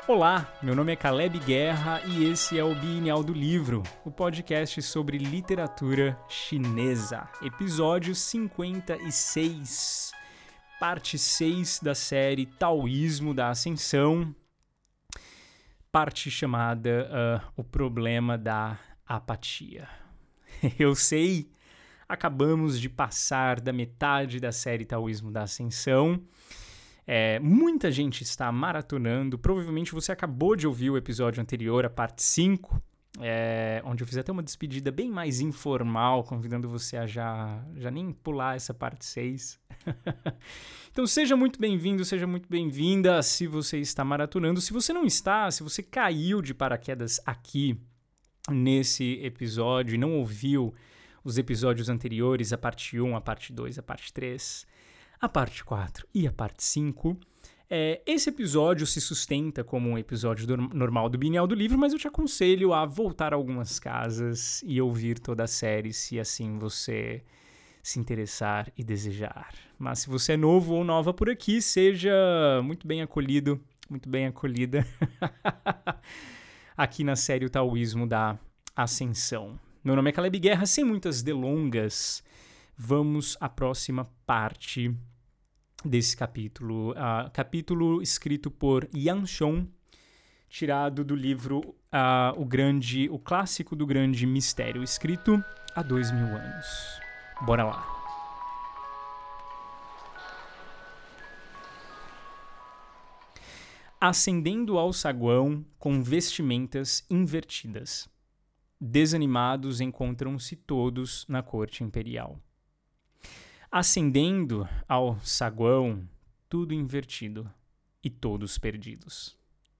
Olá, meu nome é Caleb Guerra e esse é o Bienal do Livro, o podcast sobre literatura chinesa. Episódio 56, parte 6 da série Taoísmo da Ascensão, parte chamada O Problema da Apatia. Eu sei, acabamos de passar da metade da série Taoísmo da Ascensão. Muita gente está maratonando. Provavelmente você acabou de ouvir o episódio anterior, a parte 5, onde eu fiz até uma despedida bem mais informal, convidando você a já nem pular essa parte 6. Então seja muito bem-vindo, seja muito bem-vinda se você está maratonando. Se você não está, se você caiu de paraquedas aqui nesse episódio e não ouviu os episódios anteriores, a parte 1, a parte 2, a parte 3... a parte 4 e a parte 5, esse episódio se sustenta como um episódio normal do Bienal do Livro, mas eu te aconselho a voltar a algumas casas e ouvir toda a série, se assim você se interessar e desejar. Mas se você é novo ou nova por aqui, seja muito bem acolhido, muito bem acolhida aqui na série O Taoísmo da Ascensão. Meu nome é Caleb Guerra, sem muitas delongas. Vamos à próxima parte desse capítulo. Capítulo escrito por Yang Xiong, tirado do livro O Clássico do Grande Mistério, escrito há 2000 anos. Bora lá. Ascendendo ao saguão com vestimentas invertidas. Desanimados encontram-se todos na corte imperial. Ascendendo ao saguão, tudo invertido e todos perdidos.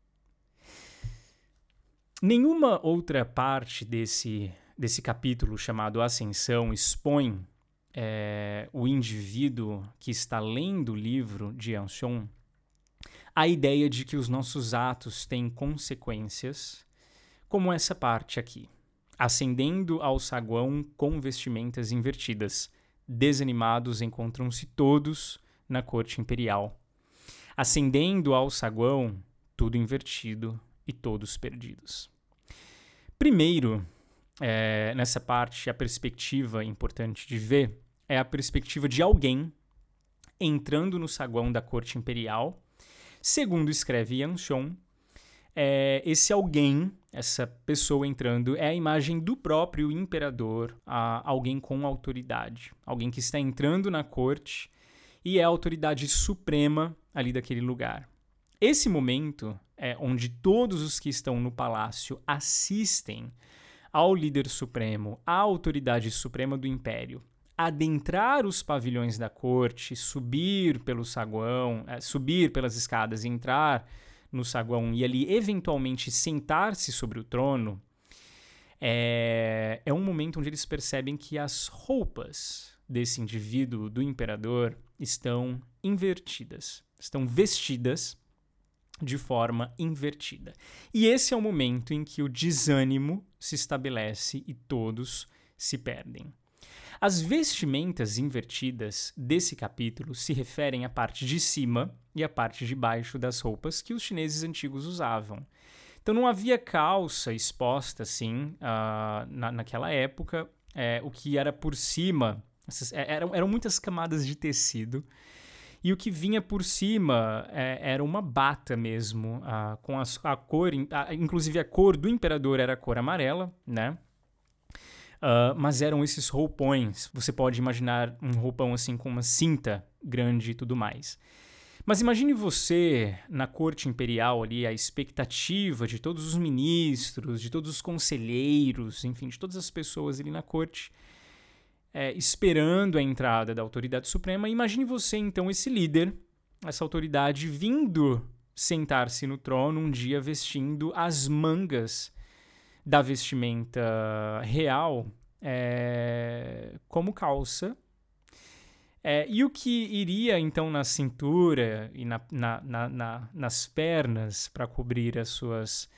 Nenhuma outra parte desse capítulo chamado Ascensão expõe o indivíduo que está lendo o livro de Yang Xiong a ideia de que os nossos atos têm consequências, como essa parte aqui. Ascendendo ao saguão com vestimentas invertidas. Desanimados encontram-se todos na corte imperial. Ascendendo ao saguão, tudo invertido e todos perdidos. Primeiro, nessa parte, a perspectiva importante de ver é a perspectiva de alguém entrando no saguão da corte imperial. Segundo escreve Yang Xiong, esse alguém, essa pessoa entrando, é a imagem do próprio imperador, alguém com autoridade, alguém que está entrando na corte e é a autoridade suprema ali daquele lugar. Esse momento é onde todos os que estão no palácio assistem ao líder supremo, à autoridade suprema do império, adentrar os pavilhões da corte, subir pelo saguão, subir pelas escadas e entrar no saguão e ali eventualmente sentar-se sobre o trono, é um momento onde eles percebem que as roupas desse indivíduo, do imperador, estão invertidas, estão vestidas de forma invertida. E esse é o momento em que o desânimo se estabelece e todos se perdem. As vestimentas invertidas desse capítulo se referem à parte de cima e à parte de baixo das roupas que os chineses antigos usavam. Então não havia calça exposta assim naquela época. O que era por cima, eram muitas camadas de tecido, e o que vinha por cima era uma bata mesmo, com a cor, inclusive a cor do imperador era a cor amarela, né? Mas eram esses roupões. Você pode imaginar um roupão assim com uma cinta grande e tudo mais. Mas imagine você na corte imperial ali, a expectativa de todos os ministros, de todos os conselheiros, enfim, de todas as pessoas ali na corte, esperando a entrada da autoridade suprema. Imagine você então esse líder, essa autoridade vindo sentar-se no trono um dia vestindo as mangas da vestimenta real como calça, e o que iria então na cintura e nas pernas para cobrir as suas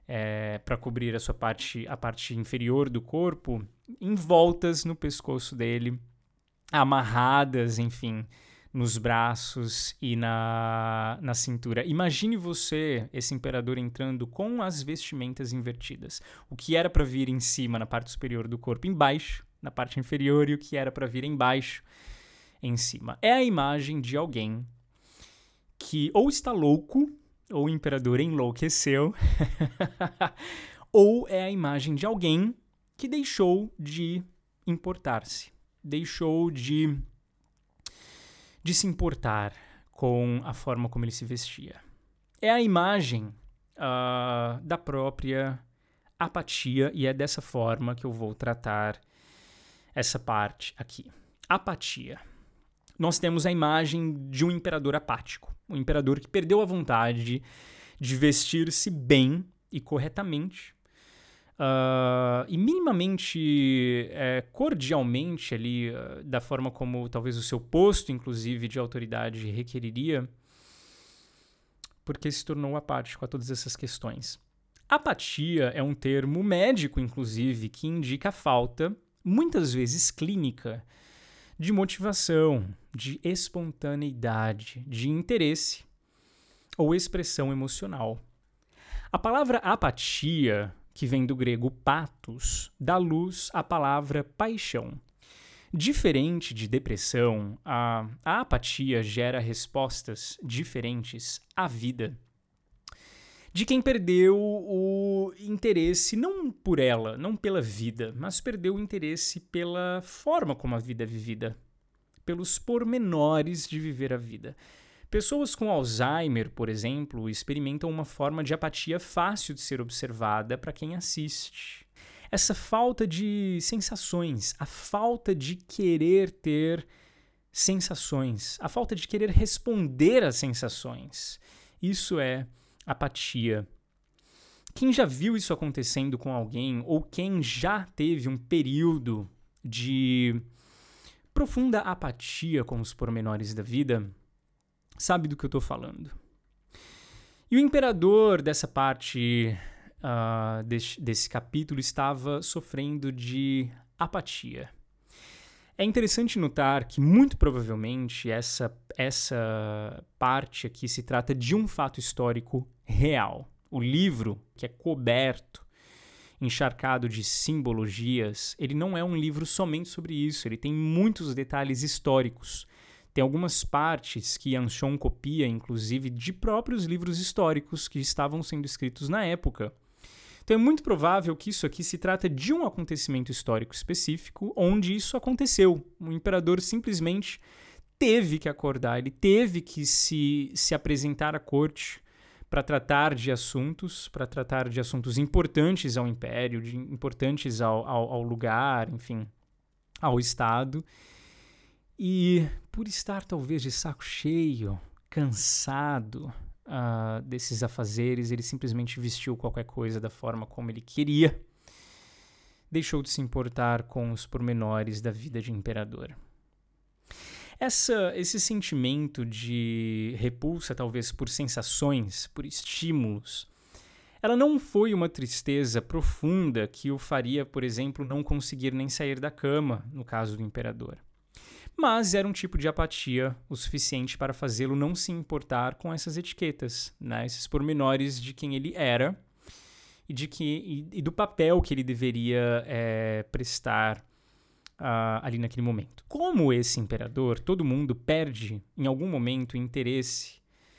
a parte inferior do corpo, em voltas no pescoço dele, amarradas, enfim, nos braços e na cintura. Imagine você, esse imperador, entrando com as vestimentas invertidas. O que era para vir em cima, na parte superior do corpo, embaixo, na parte inferior, e o que era para vir embaixo, em cima. É a imagem de alguém que ou está louco, ou o imperador enlouqueceu, ou é a imagem de alguém que deixou de importar-se, deixou de se importar com a forma como ele se vestia. É a imagem da própria apatia, e é dessa forma que eu vou tratar essa parte aqui. Apatia. Nós temos a imagem de um imperador apático, um imperador que perdeu a vontade de vestir-se bem e corretamente, e minimamente, cordialmente ali, da forma como talvez o seu posto, inclusive, de autoridade requeriria, porque se tornou apático a todas essas questões. Apatia é um termo médico, inclusive, que indica a falta, muitas vezes clínica, de motivação, de espontaneidade, de interesse ou expressão emocional. A palavra apatia, que vem do grego pathos, dá luz à palavra paixão. Diferente de depressão, a apatia gera respostas diferentes à vida de quem perdeu o interesse não por ela, não pela vida, mas perdeu o interesse pela forma como a vida é vivida, pelos pormenores de viver a vida. Pessoas com Alzheimer, por exemplo, experimentam uma forma de apatia fácil de ser observada para quem assiste. Essa falta de sensações, a falta de querer ter sensações, a falta de querer responder às sensações. Isso é apatia. Quem já viu isso acontecendo com alguém, ou quem já teve um período de profunda apatia com os pormenores da vida, sabe do que eu estou falando. E o imperador dessa parte desse capítulo estava sofrendo de apatia. É interessante notar que, muito provavelmente, essa parte aqui se trata de um fato histórico real. O livro, que é coberto, encharcado de simbologias, ele não é um livro somente sobre isso, ele tem muitos detalhes históricos. Tem algumas partes que Yanshon copia, inclusive, de próprios livros históricos que estavam sendo escritos na época. Então é muito provável que isso aqui se trata de um acontecimento histórico específico onde isso aconteceu. O imperador simplesmente teve que acordar, ele teve que se apresentar à corte para tratar de assuntos importantes ao império, importantes ao lugar, enfim, ao Estado. E por estar talvez de saco cheio, cansado desses afazeres, ele simplesmente vestiu qualquer coisa da forma como ele queria, deixou de se importar com os pormenores da vida de imperador. Esse sentimento de repulsa, talvez por sensações, por estímulos, ela não foi uma tristeza profunda que o faria, por exemplo, não conseguir nem sair da cama, no caso do imperador. Mas era um tipo de apatia o suficiente para fazê-lo não se importar com essas etiquetas, né? Esses pormenores de quem ele era e do papel que ele deveria prestar ali naquele momento. Como esse imperador, todo mundo perde em algum momento interesse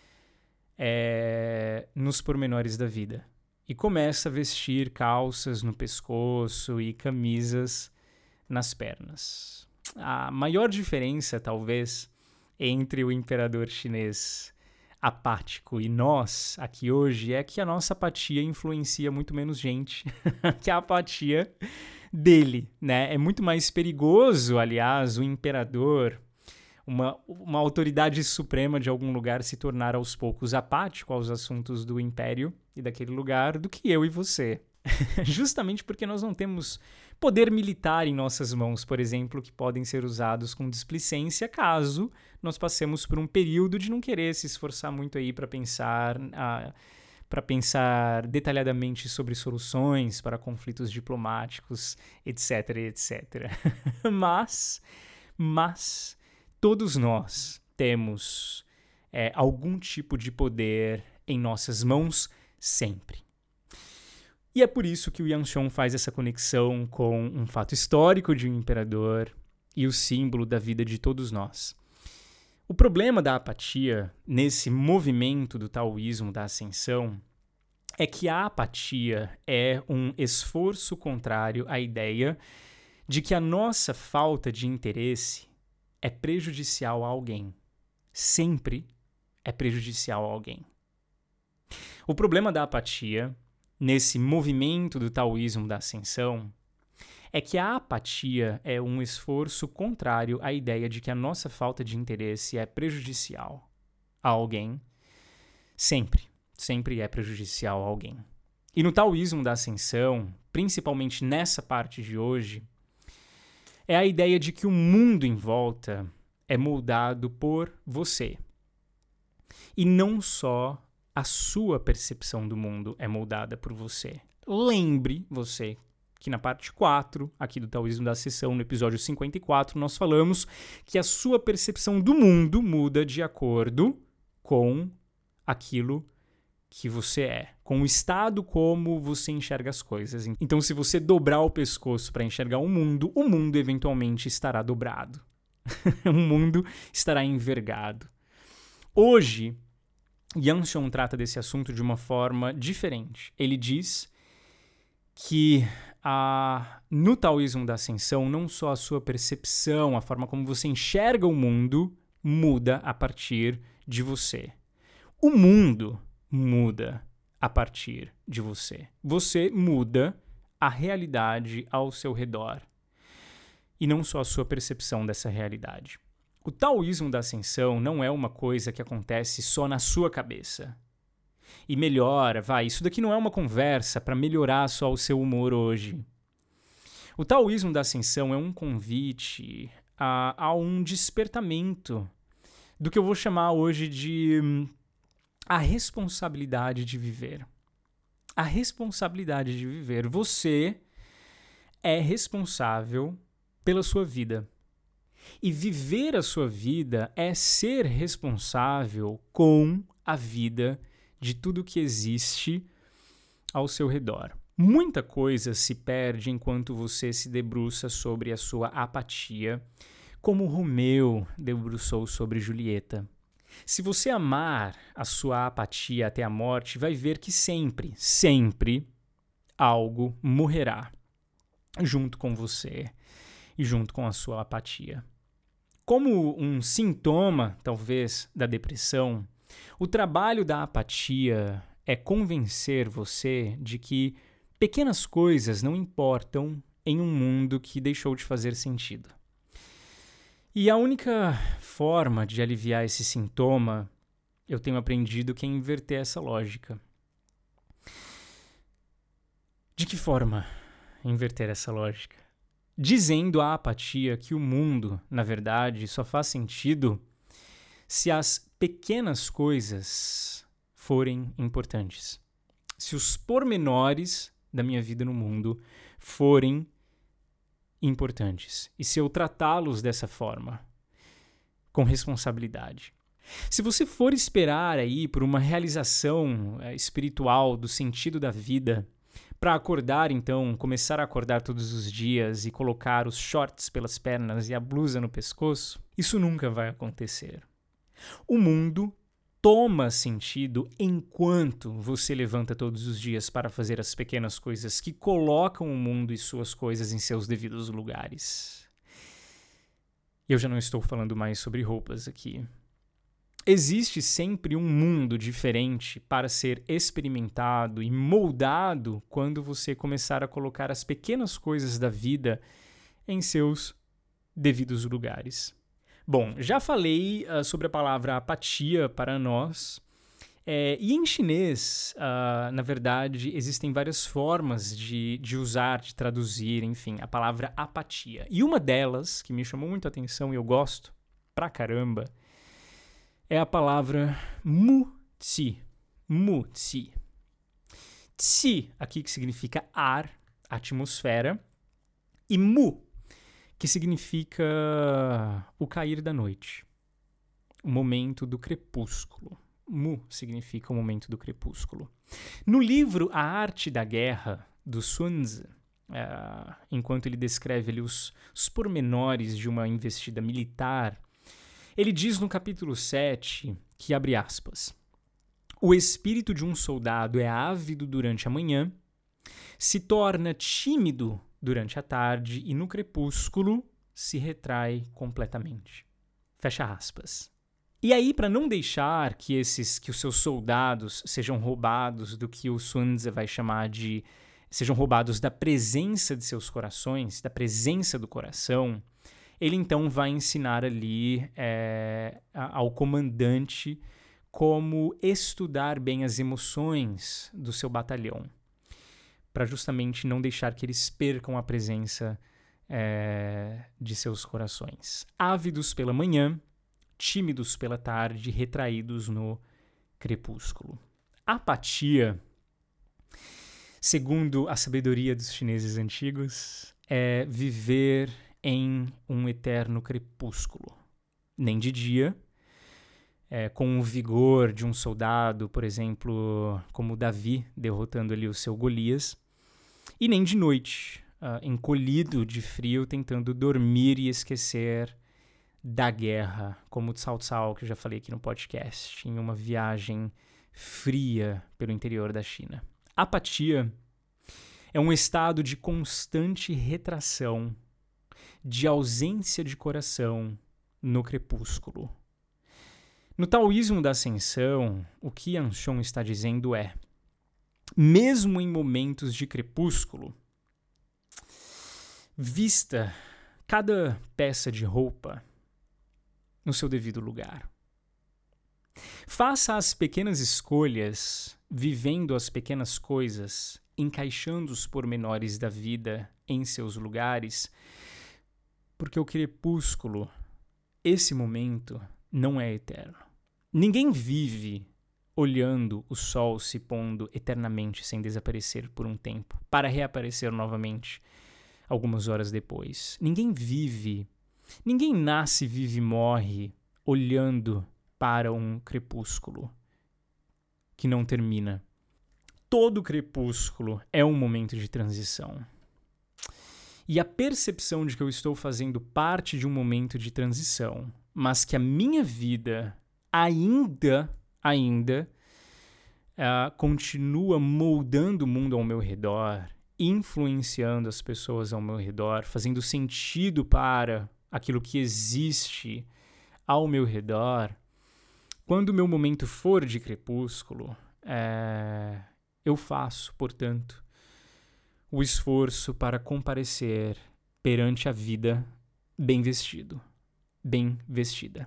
nos pormenores da vida e começa a vestir calças no pescoço e camisas nas pernas. A maior diferença, talvez, entre o imperador chinês apático e nós, aqui hoje, é que a nossa apatia influencia muito menos gente que a apatia dele, né? É muito mais perigoso, aliás, o imperador, uma autoridade suprema de algum lugar, se tornar aos poucos apático aos assuntos do império e daquele lugar do que eu e você. Justamente porque nós não temos poder militar em nossas mãos, por exemplo, que podem ser usados com displicência caso nós passemos por um período de não querer se esforçar muito aí para pensar detalhadamente sobre soluções para conflitos diplomáticos, etc, etc. Mas todos nós temos algum tipo de poder em nossas mãos sempre. E é por isso que o Yang-Xiong faz essa conexão com um fato histórico de um imperador e o símbolo da vida de todos nós. O problema da apatia nesse movimento do taoísmo da ascensão é que a apatia é um esforço contrário à ideia de que a nossa falta de interesse é prejudicial a alguém. Sempre é prejudicial a alguém. O problema da apatia, nesse movimento do taoísmo da ascensão, é que a apatia é um esforço contrário à ideia de que a nossa falta de interesse é prejudicial a alguém. Sempre é prejudicial a alguém. E no taoísmo da ascensão, principalmente nessa parte de hoje, é a ideia de que o mundo em volta é moldado por você. E não só a sua percepção do mundo é moldada por você. Lembre você que na parte 4, aqui do Taoísmo da Ascensão, no episódio 54, nós falamos que a sua percepção do mundo muda de acordo com aquilo que você é, com o estado como você enxerga as coisas. Então, se você dobrar o pescoço para enxergar o mundo eventualmente estará dobrado. O mundo estará envergado. Hoje, Yang-Xiong trata desse assunto de uma forma diferente. Ele diz que no taoísmo da ascensão, não só a sua percepção, a forma como você enxerga o mundo, muda a partir de você. O mundo muda a partir de você. Você muda a realidade ao seu redor. E não só a sua percepção dessa realidade. O taoísmo da ascensão não é uma coisa que acontece só na sua cabeça. E melhora, isso daqui não é uma conversa para melhorar só o seu humor hoje. O taoísmo da ascensão é um convite a um despertamento do que eu vou chamar hoje de a responsabilidade de viver. A responsabilidade de viver. Você é responsável pela sua vida. E viver a sua vida é ser responsável com a vida de tudo que existe ao seu redor. Muita coisa se perde enquanto você se debruça sobre a sua apatia, como Romeu debruçou sobre Julieta. Se você amar a sua apatia até a morte, vai ver que sempre algo morrerá junto com você e junto com a sua apatia. Como um sintoma, talvez, da depressão, o trabalho da apatia é convencer você de que pequenas coisas não importam em um mundo que deixou de fazer sentido. E a única forma de aliviar esse sintoma, eu tenho aprendido que é inverter essa lógica. De que forma inverter essa lógica? Dizendo à apatia que o mundo, na verdade, só faz sentido se as pequenas coisas forem importantes. Se os pormenores da minha vida no mundo forem importantes. E se eu tratá-los dessa forma, com responsabilidade. Se você for esperar aí por uma realização espiritual do sentido da vida, para acordar, então, começar a acordar todos os dias e colocar os shorts pelas pernas e a blusa no pescoço, isso nunca vai acontecer. O mundo toma sentido enquanto você levanta todos os dias para fazer as pequenas coisas que colocam o mundo e suas coisas em seus devidos lugares. Eu já não estou falando mais sobre roupas aqui. Existe sempre um mundo diferente para ser experimentado e moldado quando você começar a colocar as pequenas coisas da vida em seus devidos lugares. Bom, já falei sobre a palavra apatia para nós, e em chinês, na verdade, existem várias formas de usar, de traduzir, enfim, a palavra apatia. E uma delas, que me chamou muito a atenção e eu gosto pra caramba, é a palavra mu-ci. Mu-ci. Ci, aqui que significa ar, atmosfera, e mu, que significa o cair da noite. o momento do crepúsculo. Mu significa o momento do crepúsculo. No livro A Arte da Guerra, do Sun Tzu, enquanto ele descreve ali os pormenores de uma investida militar, ele diz no capítulo 7 que, abre aspas, o espírito de um soldado é ávido durante a manhã, se torna tímido durante a tarde e no crepúsculo se retrai completamente. Fecha aspas. E aí, para não deixar que os seus soldados sejam roubados do que o Sun Tzu vai chamar de... sejam roubados da presença de seus corações, da presença do coração, ele então vai ensinar ali ao comandante como estudar bem as emoções do seu batalhão, para justamente não deixar que eles percam a presença de seus corações. Ávidos pela manhã, tímidos pela tarde, retraídos no crepúsculo. Apatia, segundo a sabedoria dos chineses antigos, é viver em um eterno crepúsculo. Nem de dia, com o vigor de um soldado, por exemplo, como Davi derrotando ali o seu Golias, e nem de noite, encolhido de frio, tentando dormir e esquecer da guerra, como Cao Cao, que eu já falei aqui no podcast, em uma viagem fria pelo interior da China. Apatia é um estado de constante retração, de ausência de coração no crepúsculo. No taoísmo da ascensão, o que Yang Xiong está dizendo é, mesmo em momentos de crepúsculo, vista cada peça de roupa no seu devido lugar. Faça as pequenas escolhas, vivendo as pequenas coisas, encaixando os pormenores da vida em seus lugares, porque o crepúsculo, esse momento, não é eterno. Ninguém vive olhando o sol se pondo eternamente sem desaparecer por um tempo, para reaparecer novamente algumas horas depois. Ninguém nasce, vive e morre olhando para um crepúsculo que não termina. Todo crepúsculo é um momento de transição. E a percepção de que eu estou fazendo parte de um momento de transição, mas que a minha vida ainda continua moldando o mundo ao meu redor, influenciando as pessoas ao meu redor, fazendo sentido para aquilo que existe ao meu redor. Quando o meu momento for de crepúsculo, eu faço, portanto, o esforço para comparecer perante a vida bem vestido, bem vestida.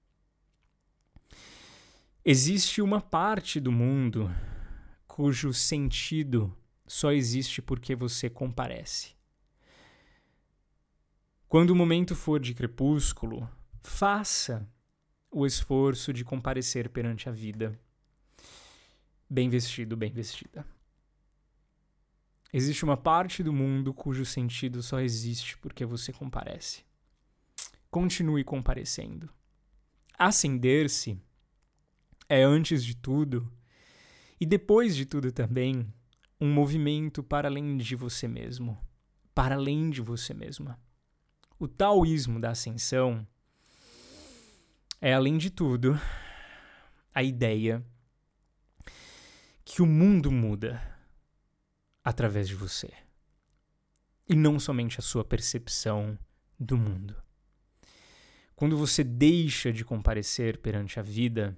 Existe uma parte do mundo cujo sentido só existe porque você comparece. Quando o momento for de crepúsculo, faça o esforço de comparecer perante a vida bem vestido, bem vestida. Existe uma parte do mundo cujo sentido só existe porque você comparece. Continue comparecendo. Ascender-se é, antes de tudo, e depois de tudo também, um movimento para além de você mesmo, para além de você mesma. O taoísmo da ascensão é, além de tudo, a ideia que o mundo muda através de você. E não somente a sua percepção do mundo. Quando você deixa de comparecer perante a vida,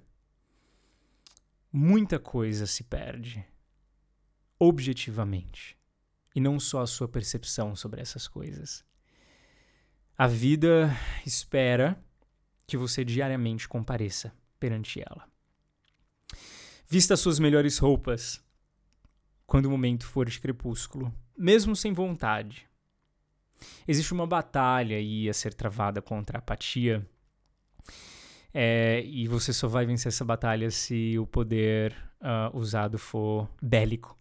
muita coisa se perde, objetivamente. E não só a sua percepção sobre essas coisas. A vida espera que você diariamente compareça perante ela. Vista as suas melhores roupas quando o momento for de crepúsculo, mesmo sem vontade. Existe uma batalha aí a ser travada contra a apatia, e você só vai vencer essa batalha se o poder usado for bélico.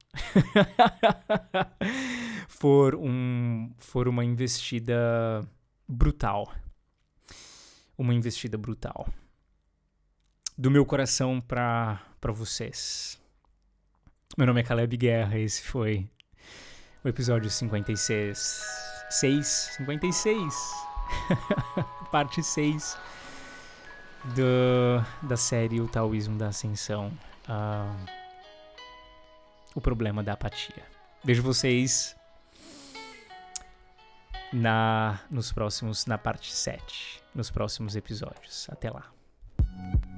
for uma investida brutal. Uma investida brutal. do meu coração para vocês. Meu nome é Caleb Guerra, esse foi o episódio 56. 56. Parte 6 da série O Taoísmo da Ascensão. O problema da apatia. Vejo vocês na parte 7, nos próximos episódios. Até lá.